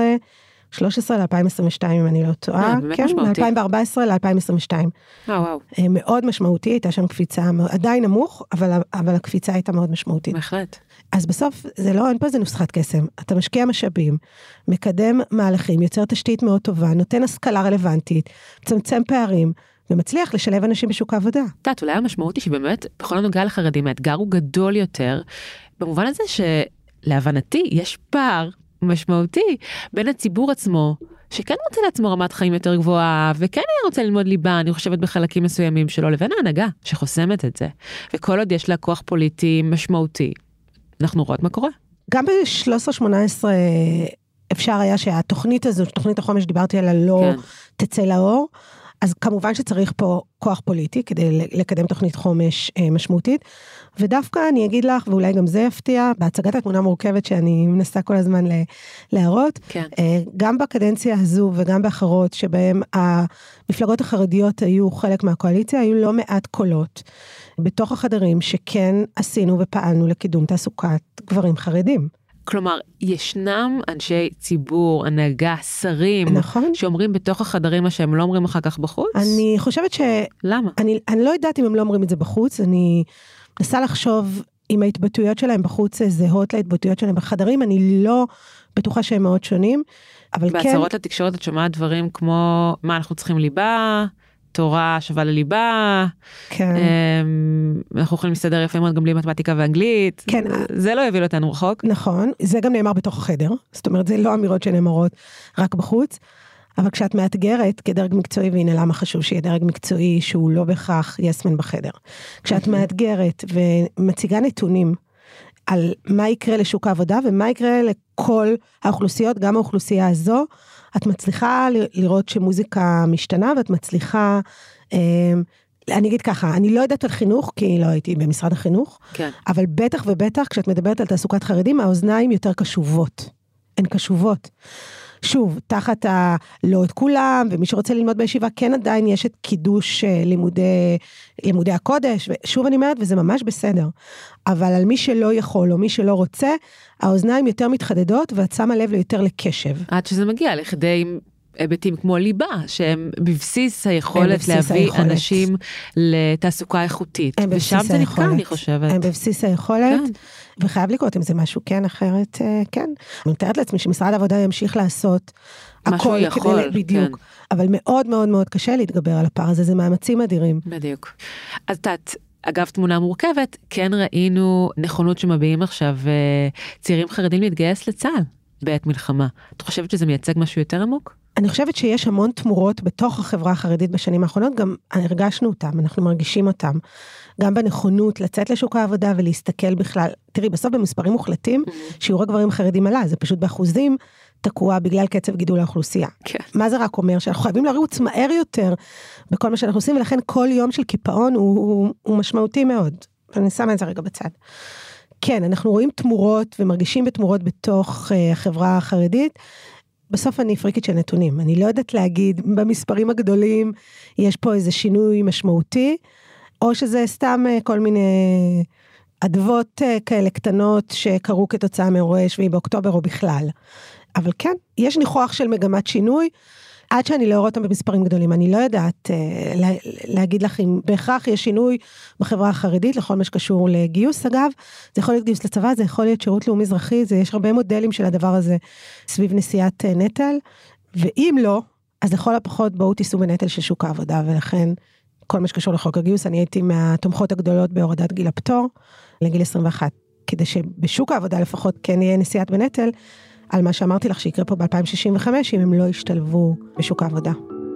13 ל-2022, אם אני לא טועה. באמת כן, משמעותי. מ-2014 ל-2022. וואו. מאוד משמעותי, הייתה שם קפיצה, עדיין נמוך, אבל הקפיצה הייתה מאוד משמעותית. בהחלט. אז בסוף, אין פה איזה נוסחת קסם. אתה משקיע משאבים, מקדם מהלכים, יוצר תשתית מאוד טובה, נותן השכלה רלוונטית, מצמצם פערים, ומצליח לשלב אנשים בשוק העבודה. אולי המשמעות היא שבאמת, בכל הנוגע לחרדים, האתגר הוא גדול יותר, במובן הזה שלהבנתי יש פער משמעותי בין הציבור עצמו, שכן רוצה לעצמו רמת חיים יותר גבוהה, וכן היה רוצה ללמוד ליבה, אני חושבת בחלקים מסוימים שלו, לבין ההנהגה שחוסמת את זה. וכל עוד יש לה כוח פוליטי משמעותי, אנחנו רואות מה קורה. גם ב-13-18 אפשר היה שהתוכנית הזו, תוכנית החומש דיברתי עליה, לא תצא לאור, אז כמובן שצריך פה כוח פוליטי, כדי לקדם תוכנית חומש משמעותית, ודווקא אני אגיד לך, ואולי גם זה יפתיע, בהצגת התמונה המורכבת שאני מנסה כל הזמן להראות, גם בקדנציה הזו וגם באחרות, שבהם המפלגות החרדיות היו חלק מהקואליציה, היו לא מעט קולות, בתוך החדרים שכן עשינו ופעלנו לקידום תעסוקת גברים חרדים. כלומר, ישנם אנשי ציבור, הנהגה, שרים, נכון. שאומרים בתוך החדרים מה שהם לא אומרים אחר כך בחוץ? אני חושבת למה? אני לא יודעת אם הם לא אומרים את זה בחוץ, אני מנסה לחשוב אם ההתבטאויות שלהם בחוץ זהות להתבטאויות שלהם בחדרים, אני לא בטוחה שהם מאוד שונים, אבל כן... בהצהרות לתקשורת את שומעת דברים כמו, מה אנחנו צריכים ליבה, תורה שווה לליבה, כן. אנחנו יכולים להסתדר יפה מאוד גם בלי מתמטיקה ואנגלית, כן. זה לא יביא אותנו רחוק. נכון, זה גם נאמר בתוך החדר, זאת אומרת, זה לא אמירות שנאמרות רק בחוץ, אבל כשאת מאתגרת כדרג מקצועי, והנה למה חשוב שיהיה דרג מקצועי שהוא לא בכך יסמן בחדר, כשאת מאתגרת ומציגה נתונים על מה יקרה לשוק העבודה, ומה יקרה לכל האוכלוסיות, גם האוכלוסייה הזו, את מצליחה לראות שמוזיקה משתנה, ואת מצליחה, אני אגיד ככה, אני לא יודעת על חינוך, כי לא הייתי במשרד החינוך, כן. אבל בטח ובטח, כשאת מדברת על תעסוקת חרדים, האוזניים יותר קשובות. הן קשובות. שוב, תחת לא את כולם, ומי שרוצה ללמוד בישיבה, כן עדיין יש את קידוש לימודי הקודש, ושוב אני אומרת, וזה ממש בסדר. אבל על מי שלא יכול, או מי שלא רוצה, האוזניים יותר מתחדדות, ואת שמה לב ליותר לקשב. עד שזה מגיע לכדי היבטים כמו ליבה, שהם בבסיס היכולת להביא אנשים לתעסוקה איכותית. ושם זה נקרא, אני חושבת. הם בבסיס היכולת, וחייב לקרות אם זה משהו כן, אחרת כן. אני מתארת לעצמי שמשרד העבודה ימשיך לעשות הכל כדי בדיוק. אבל מאוד מאוד מאוד קשה להתגבר על הפער הזה, זה מאמצים אדירים. בדיוק. אז אגב, תמונה מורכבת, כן ראינו נכונות שמביאים עכשיו צעירים חרדים להתגייס לצה"ל בעת מלחמה. את חושבת שזה מייצג משהו יותר עמוק? אני חושבת שיש המון תמורות בתוך החברה החרדית בשנים האחרונות, גם הרגשנו אותם, אנחנו מרגישים אותם, גם בנכונות לצאת לשוק העבודה ולהסתכל בכלל. תראי, בסוף במספרים מוחלטים, שיעור הגברים החרדים עלה, זה פשוט באחוזים תקוע בגלל קצב גידול האוכלוסייה. כן. מה זה רק אומר? שאנחנו חייבים לרוץ מהר יותר בכל מה שאנחנו עושים, ולכן כל יום של קיפאון הוא משמעותי מאוד. אני שמה את זה רגע בצד. כן, אנחנו רואים תמורות ומרגישים בתמורות בתוך החברה החרדית. בסוף אני פריקית של נתונים. אני לא יודעת להגיד, במספרים הגדולים יש פה איזה שינוי משמעותי, או שזה סתם כל מיני אדוות כאלה קטנות שקרו כתוצאה מאירועי 7 באוקטובר או בכלל. אבל כן, יש ניחוח של מגמת שינוי, עד שאני לא רואה אותם במספרים גדולים. אני לא יודעת להגיד לך אם בהכרח יש שינוי בחברה החרדית, לכל מה שקשור לגיוס. אגב, זה יכול להיות גיוס לצבא, זה יכול להיות שירות לאומי אזרחי, יש הרבה מודלים של הדבר הזה סביב נשיאת נטל, ואם לא, אז לכל הפחות בואו תיסעו בנטל של שוק העבודה, ולכן כל מה שקשור לחוק הגיוס, אני הייתי מהתומכות הגדולות בהורדת גיל הפטור לגיל 21, כדי שבשוק העבודה לפחות כן יהיה נשיאת בנטל, על מה שאמרתי לך שיקרה פה ב-2065, אם הם לא ישתלבו בשוק העבודה.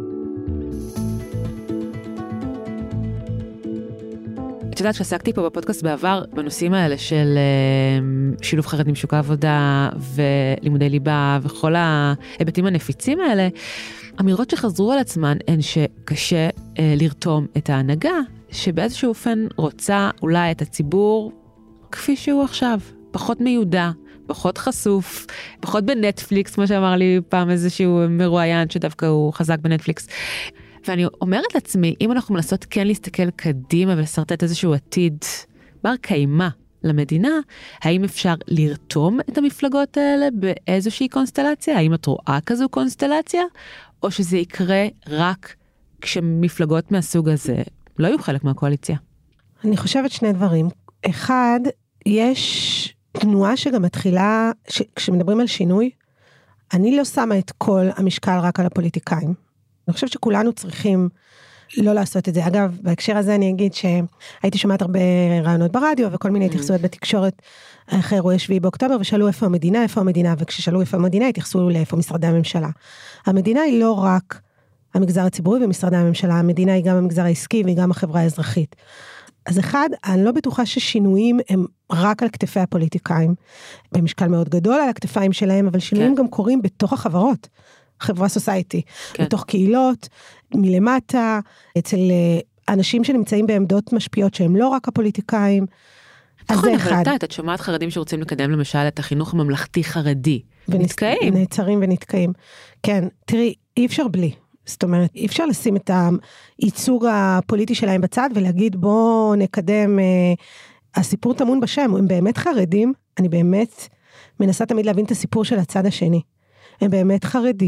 את יודעת שעסקתי פה בפודקאסט בעבר, בנושאים האלה של שילוב חרדים בשוק העבודה, ולימודי ליבה, וכל ההיבטים הנפיצים האלה, אמירות שחזרו על עצמן הן שקשה לרתום את ההנהגה, שבאיזשהו אופן רוצה אולי את הציבור כפי שהוא עכשיו, פחות מיודע, פחות חשוף, פחות בנטפליקס, כמו שאמר לי פעם איזשהו מרואיין שדווקא הוא חזק בנטפליקס. ואני אומרת לעצמי, אם אנחנו מנסות כן להסתכל קדימה ולסרטט איזשהו עתיד בר קיימה למדינה, האם אפשר לרתום את המפלגות האלה באיזושהי קונסטלציה? האם את רואה כזו קונסטלציה? או שזה יקרה רק כשמפלגות מהסוג הזה לא יהיו חלק מהקואליציה? אני חושבת שני דברים. אחד, יש תנועה שגם מתחילה, כשמדברים על שינוי, אני לא שמה את כל המשקל רק על הפוליטיקאים. אני חושבת שכולנו צריכים לא לעשות את זה. אגב, בהקשר הזה אני אגיד שהייתי שומעת הרבה רעיונות ברדיו, וכל מיני התייחסויות בתקשורת אחרי אירועי 7 באוקטובר, ושאלו איפה המדינה, וכששאלו איפה המדינה, התייחסו לאיפה משרדי הממשלה. המדינה היא לא רק המגזר הציבורי ומשרדי הממשלה, המדינה היא גם המגזר העסקי, והיא גם החברה האזרחית. אז אחד, אני לא בטוחה ששינויים הם רק על כתפי הפוליטיקאים, במשקל מאוד גדול על הכתפיים שלהם, אבל שינויים גם קורים בתוך החברות, חברה סוסייטי, בתוך קהילות, מלמטה, אצל אנשים שנמצאים בעמדות משפיעות שהם לא רק הפוליטיקאים. נכון, אבל את שומעת חרדים שרוצים לקדם למשל את החינוך הממלכתי חרדי, נתקעים. נעצרים ונתקעים. כן, תראי, אי אפשר בלי. זאת אומרת, אי אפשר לשים את הייצוג הפוליטי שלהם בצד, ולהגיד בוא נקדם, הסיפור טמון בשם, הם באמת חרדים, אני באמת מנסה תמיד להבין את הסיפור של הצד השני. הם באמת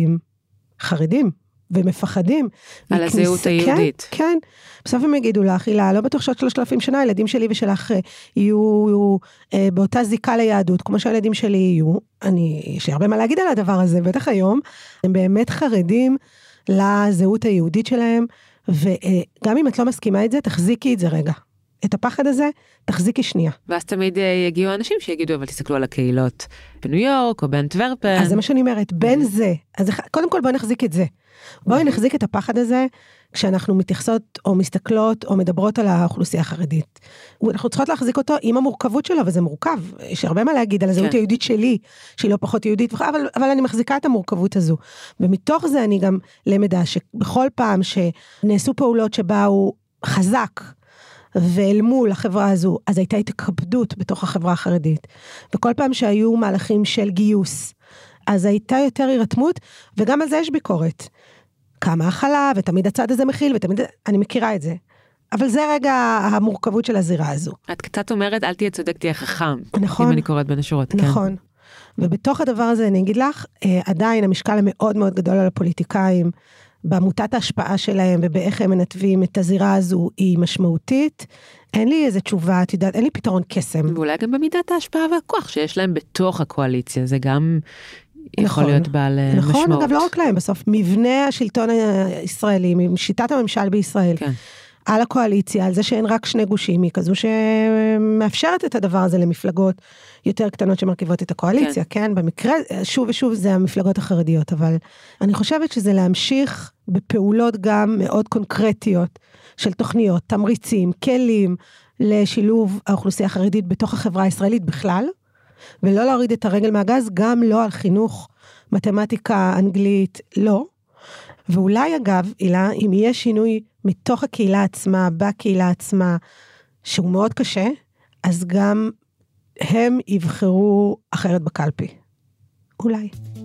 חרדים, ומפחדים. על הזהות היהודית. כן, בסוף הם יגידו לך, הילה, לא בטוח שעוד 3,000 שנה, הילדים שלי ושלך יהיו באותה זיקה ליהדות, כמו שהילדים שלי יהיו, יש לי הרבה מה להגיד על הדבר הזה, בטח היום, הם באמת חרדים לזהות היהודית שלהם, וגם אם את לא מסכימה את זה, תחזיקי את זה רגע. את הפחד הזה, תחזיקי שנייה. ואז תמיד יגיעו אנשים שיגידו, אבל תסתכלו על הקהילות בניו יורק או באנטוורפן. אז זה מה שאני אומרת, בין זה, אז קודם כל בואי נחזיק את זה. בואי נחזיק את הפחד הזה, כשאנחנו מתייחסות או מסתכלות או מדברות על האוכלוסייה החרדית. אנחנו צריכות להחזיק אותו עם המורכבות שלו, וזה מורכב. יש הרבה מה להגיד על הזהות היהודית שלי, שהיא לא פחות יהודית, אבל אני מחזיקה את המורכבות הזו. ומתוך זה אני גם למדה שבכל פעם שנעשו פעולות שבאו חזק, ואל מול החברה הזו, אז הייתה התקפדות בתוך החברה החרדית, וכל פעם שהיו מהלכים של גיוס, אז הייתה יותר הירתמות, וגם על זה יש ביקורת. כמה החלה, ותמיד הצד הזה מכיל, ותמיד, אני מכירה את זה. אבל זה רגע המורכבות של הזירה הזו. את קצת אומרת, אל תהיה צודק, תהיה חכם. נכון. אם אני קוראת בין השורות. נכון. ובתוך הדבר הזה אני אגיד לך, עדיין המשקל המאוד מאוד גדול על הפוליטיקאים, בעמותת ההשפעה שלהם ובאיך הם מנתבים את הזירה הזו היא משמעותית. אין לי איזה תשובה, את יודעת, אין לי פתרון קסם. ואולי גם במידת ההשפעה והכוח שיש להם בתוך הקואליציה, זה גם יכול להיות בעל משמעות. נכון, אגב, לא רק להם, בסוף מבנה השלטון הישראלי, שיטת הממשל בישראל, על הקואליציה, על זה שאין רק שני גושים, היא כזו שמאפשרת את הדבר הזה למפלגות יותר קטנות שמרכיבות את הקואליציה, כן? במקרה, שוב ושוב זה המפלגות החרדיות, אבל אני חושבת שזה להמשיך בפעולות גם מאוד קונקרטיות של תוכניות, תמריצים, כלים לשילוב האוכלוסייה החרדית בתוך החברה הישראלית בכלל, ולא להוריד את הרגל מהגז, גם לא על חינוך, מתמטיקה, אנגלית, לא. ואולי אגב, אילה, אם יהיה שינוי מתוך הקהילה עצמה, בקהילה עצמה, שהוא מאוד קשה, אז גם הם יבחרו אחרת בקלפי. אולי.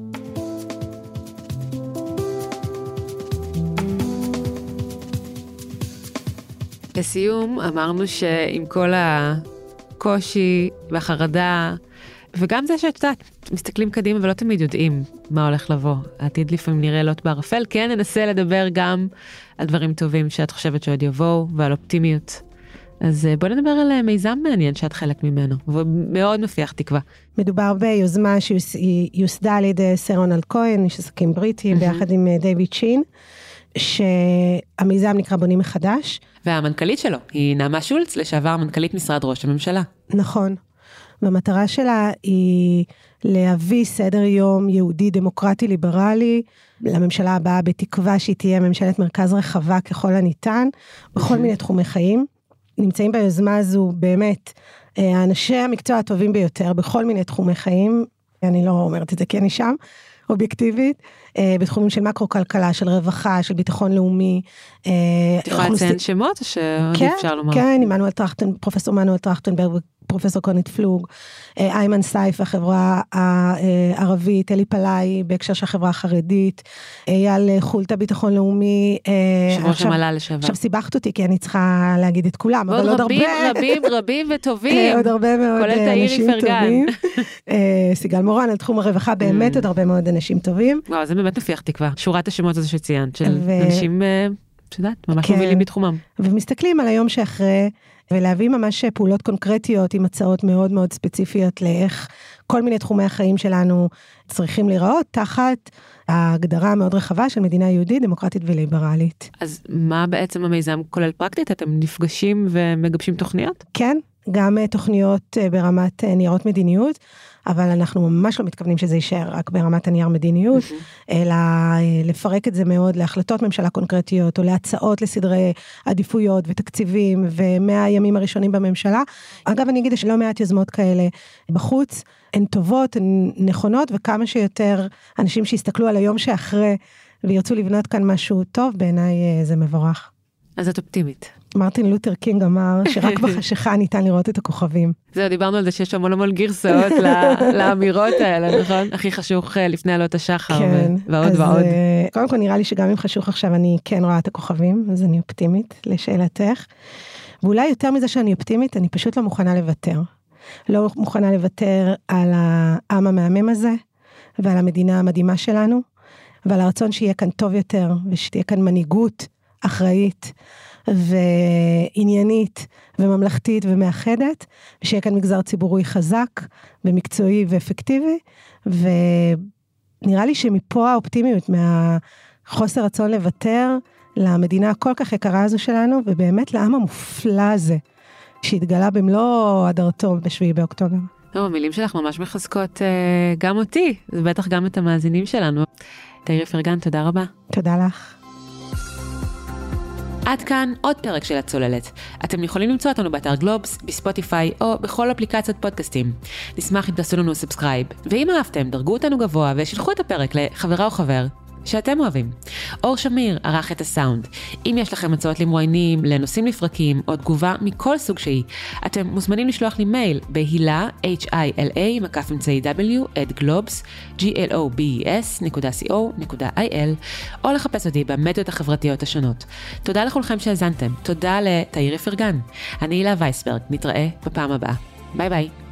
לסיום, אמרנו שעם כל הקושי והחרדה, וגם זה שאת יודעת, מסתכלים קדימה ולא תמיד יודעים מה הולך לבוא. העתיד לפעמים נראה לוט בערפל, כן ננסה לדבר גם על דברים טובים שאת חושבת שעוד יבואו, ועל אופטימיות. אז בוא נדבר על מיזם מעניין שאת חלק ממנו, ומאוד מפיח תקווה. מדובר ביוזמה שיוסדה על ידי סר רונלד כהן, איש עסקים בריטי, ביחד עם דיוויד שין, שהמיזם נקרא בונים מחדש. והמנכ"לית שלו היא נעמה שולץ, לשעבר מנכ"לית משרד ראש הממשלה. נכון. והמטרה שלה היא להביא סדר יום יהודי דמוקרטי ליברלי לממשלה הבאה, בתקווה שהיא תהיה ממשלת מרכז רחבה ככל הניתן, בכל מיני תחומי חיים. נמצאים ביוזמה הזו באמת האנשי המקצוע הטובים ביותר בכל מיני תחומי חיים, אני לא אומרת את זה כי אני שם, אובייקטיבית, בתחומים של מקרו-כלכלה, של רווחה, של ביטחון לאומי. את יכולה לציין שמות או שעוד אפשר לומר? כן, פרופסור מנואל טרכטנברג, פרופסור קונית פלוג, איימן סייף, החברה הערבית, אלי פלאי, בהקשר של החברה החרדית, אייל חולטה, ביטחון לאומי. ראש המל"ל לשעבר. עכשיו סיבכת אותי, כי אני צריכה להגיד את כולם, אבל עוד הרבה. רבים וטובים. עוד הרבה מאוד אנשים טובים. סיגל מורן, על תחום הרווחה, באמת עוד הרבה מאוד אנשים טובים. וואו, זה באמת מפיח תקווה. שורת השמות הזה שציינת, של אנשים, את יודעת, ממש מובילים בתחומם. ומסתכלים על היום שאחרי, ולהביא ממש פעולות קונקרטיות עם הצעות מאוד מאוד ספציפיות לאיך כל מיני תחומי החיים שלנו צריכים להיראות תחת ההגדרה המאוד רחבה של מדינה יהודית, דמוקרטית וליברלית. אז מה בעצם המיזם כולל פרקטית? אתם נפגשים ומגבשים תוכניות? כן, גם תוכניות ברמת ניירות מדיניות, אבל אנחנו ממש לא מתכוונים שזה יישאר רק ברמת הנייר מדיניות, אלא לפרק את זה מאוד להחלטות ממשלה קונקרטיות, או להצעות לסדרי עדיפויות ותקציבים, ומהימים הראשונים בממשלה. אגב, אני אגיד שלא מעט יוזמות כאלה בחוץ, הן טובות, הן נכונות, וכמה שיותר אנשים שיסתכלו על היום שאחרי, וירצו לבנות כאן משהו טוב, בעיניי זה מבורך. אז את אופטימית. מרטין לותר קינג אמר שרק בחשיכה ניתן לראות את הכוכבים. זהו, דיברנו על זה שיש המון גרסאות לאמירות האלה, נכון? הכי חשוך לפני עלות השחר ועוד ועוד. קודם כל נראה לי שגם אם חשוך עכשיו אני כן רואה את הכוכבים, אז אני אופטימית לשאלתך. ואולי יותר מזה שאני אופטימית, אני פשוט לא מוכנה לוותר. לא מוכנה לוותר על העם המהמם הזה, ועל המדינה המדהימה שלנו, ועל הרצון שיהיה כאן טוב יותר, ושתהיה כאן מנהיגות אחראית, ועניינית, וממלכתית, ומאחדת, ושיהיה כאן מגזר ציבורי חזק, ומקצועי ואפקטיבי, ונראה לי שמפה האופטימיות, מהחוסר רצון לוותר, למדינה הכל כך יקרה הזו שלנו, ובאמת לעם המופלא הזה, שהתגלה במלוא הדרתו ב7 באוקטובר. טוב, המילים שלך ממש מחזקות גם אותי, ובטח גם את המאזינים שלנו. תאיר איפרגן, תודה רבה. תודה לך. עד כאן עוד פרק של הצוללת. אתם יכולים למצוא אותנו באתר גלובס, בספוטיפיי או בכל אפליקציות פודקאסטים. נשמח אם תעשו לנו סאבסקרייב. ואם אהבתם, דרגו אותנו גבוה ושלחו את הפרק לחברה או חבר שאתם אוהבים. אור שמיר ערך את הסאונד. אם יש לכם הצעות למרואיינים, לנושאים לפרקים או תגובה מכל סוג שהיא, אתם מוזמנים לשלוח לי מייל בהילה, hila@globes.co.il או לחפש אותי במדיות החברתיות השונות. תודה לכולכם שהאזנתם. תודה לתאיר איפרגן. אני הילה וייסברג. נתראה בפעם הבאה. ביי ביי.